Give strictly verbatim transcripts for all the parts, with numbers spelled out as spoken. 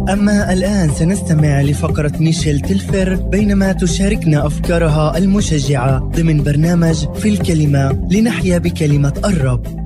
أما الآن سنستمع لفقرة ميشيل تلفر بينما تشاركنا أفكارها المشجعة ضمن برنامج في الكلمة لنحيا بكلمة الرب.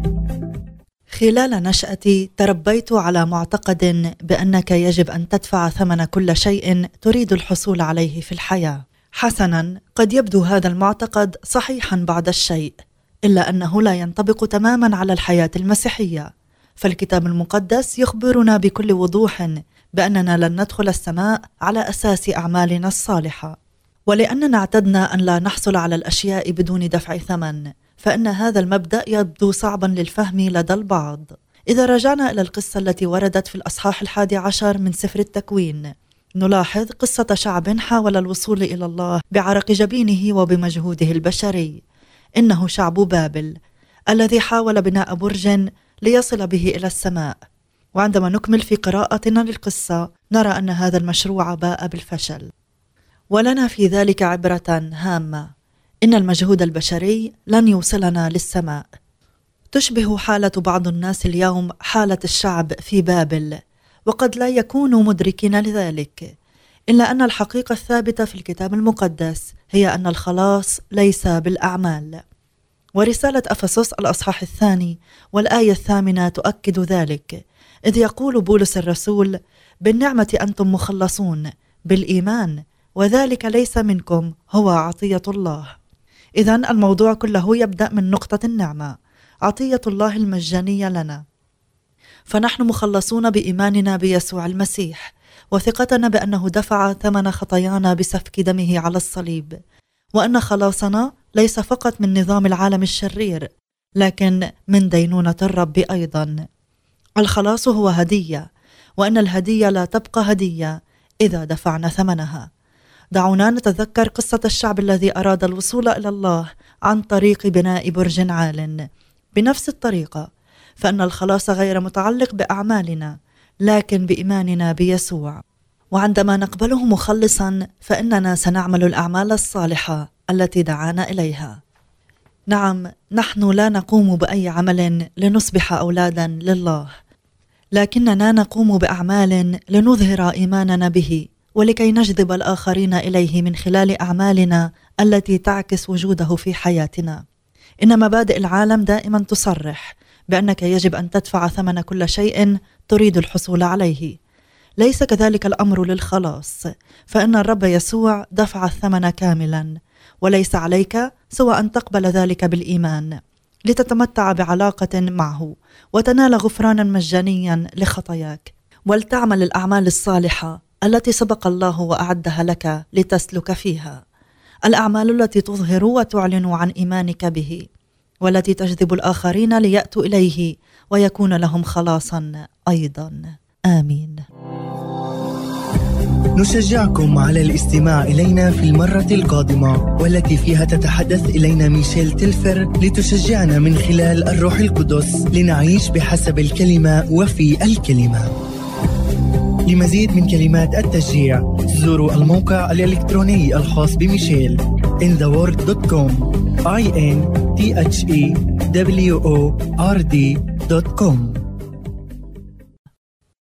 خلال نشأتي تربيت على معتقد بأنك يجب أن تدفع ثمن كل شيء تريد الحصول عليه في الحياة. حسناً، قد يبدو هذا المعتقد صحيحاً بعض الشيء، إلا أنه لا ينطبق تماماً على الحياة المسيحية، فالكتاب المقدس يخبرنا بكل وضوح بأننا لن ندخل السماء على أساس أعمالنا الصالحة. ولأننا اعتدنا أن لا نحصل على الأشياء بدون دفع ثمن، فإن هذا المبدأ يبدو صعباً للفهم لدى البعض. إذا رجعنا إلى القصة التي وردت في الأصحاح الحادي عشر من سفر التكوين، نلاحظ قصة شعب حاول الوصول إلى الله بعرق جبينه وبمجهوده البشري. إنه شعب بابل الذي حاول بناء برج ليصل به إلى السماء. وعندما نكمل في قراءتنا للقصة نرى أن هذا المشروع باء بالفشل. ولنا في ذلك عبرة هامة، إن المجهود البشري لن يوصلنا للسماء. تشبه حالة بعض الناس اليوم حالة الشعب في بابل، وقد لا يكونوا مدركين لذلك، إلا أن الحقيقة الثابتة في الكتاب المقدس هي أن الخلاص ليس بالأعمال. ورسالة أفسس الأصحاح الثاني والآية الثامنة تؤكد ذلك، إذ يقول بولس الرسول: بالنعمة أنتم مخلصون بالإيمان، وذلك ليس منكم، هو عطية الله. إذن الموضوع كله يبدأ من نقطة النعمة، عطية الله المجانية لنا. فنحن مخلصون بإيماننا بيسوع المسيح، وثقتنا بأنه دفع ثمن خطايانا بسفك دمه على الصليب، وأن خلاصنا ليس فقط من نظام العالم الشرير، لكن من دينونة الرب أيضا. الخلاص هو هدية، وأن الهدية لا تبقى هدية إذا دفعنا ثمنها. دعونا نتذكر قصة الشعب الذي أراد الوصول إلى الله عن طريق بناء برج عال. بنفس الطريقة فإن الخلاص غير متعلق بأعمالنا، لكن بإيماننا بيسوع. وعندما نقبله مخلصا فإننا سنعمل الأعمال الصالحة التي دعانا إليها. نعم، نحن لا نقوم بأي عمل لنصبح أولادا لله، لكننا نقوم بأعمال لنظهر إيماننا به، ولكي نجذب الآخرين إليه من خلال أعمالنا التي تعكس وجوده في حياتنا. إن مبادئ العالم دائما تصرح بأنك يجب أن تدفع ثمن كل شيء تريد الحصول عليه. ليس كذلك الأمر للخلاص، فإن الرب يسوع دفع الثمن كاملا، وليس عليك سوى أن تقبل ذلك بالإيمان لتتمتع بعلاقة معه وتنال غفرانا مجانيا لخطاياك، ولتعمل الأعمال الصالحة التي سبق الله وأعدها لك لتسلك فيها، الأعمال التي تظهر وتعلن عن إيمانك به، والتي تجذب الآخرين ليأتوا إليه ويكون لهم خلاصا أيضا. آمين. نشجعكم على الاستماع إلينا في المرة القادمة، والتي فيها تتحدث إلينا ميشيل تلفر لتشجعنا من خلال الروح القدس لنعيش بحسب الكلمة وفي الكلمة. لمزيد من كلمات التشجيع زوروا الموقع الإلكتروني الخاص بميشيل in the word dot com I N T H E W O R D dot com.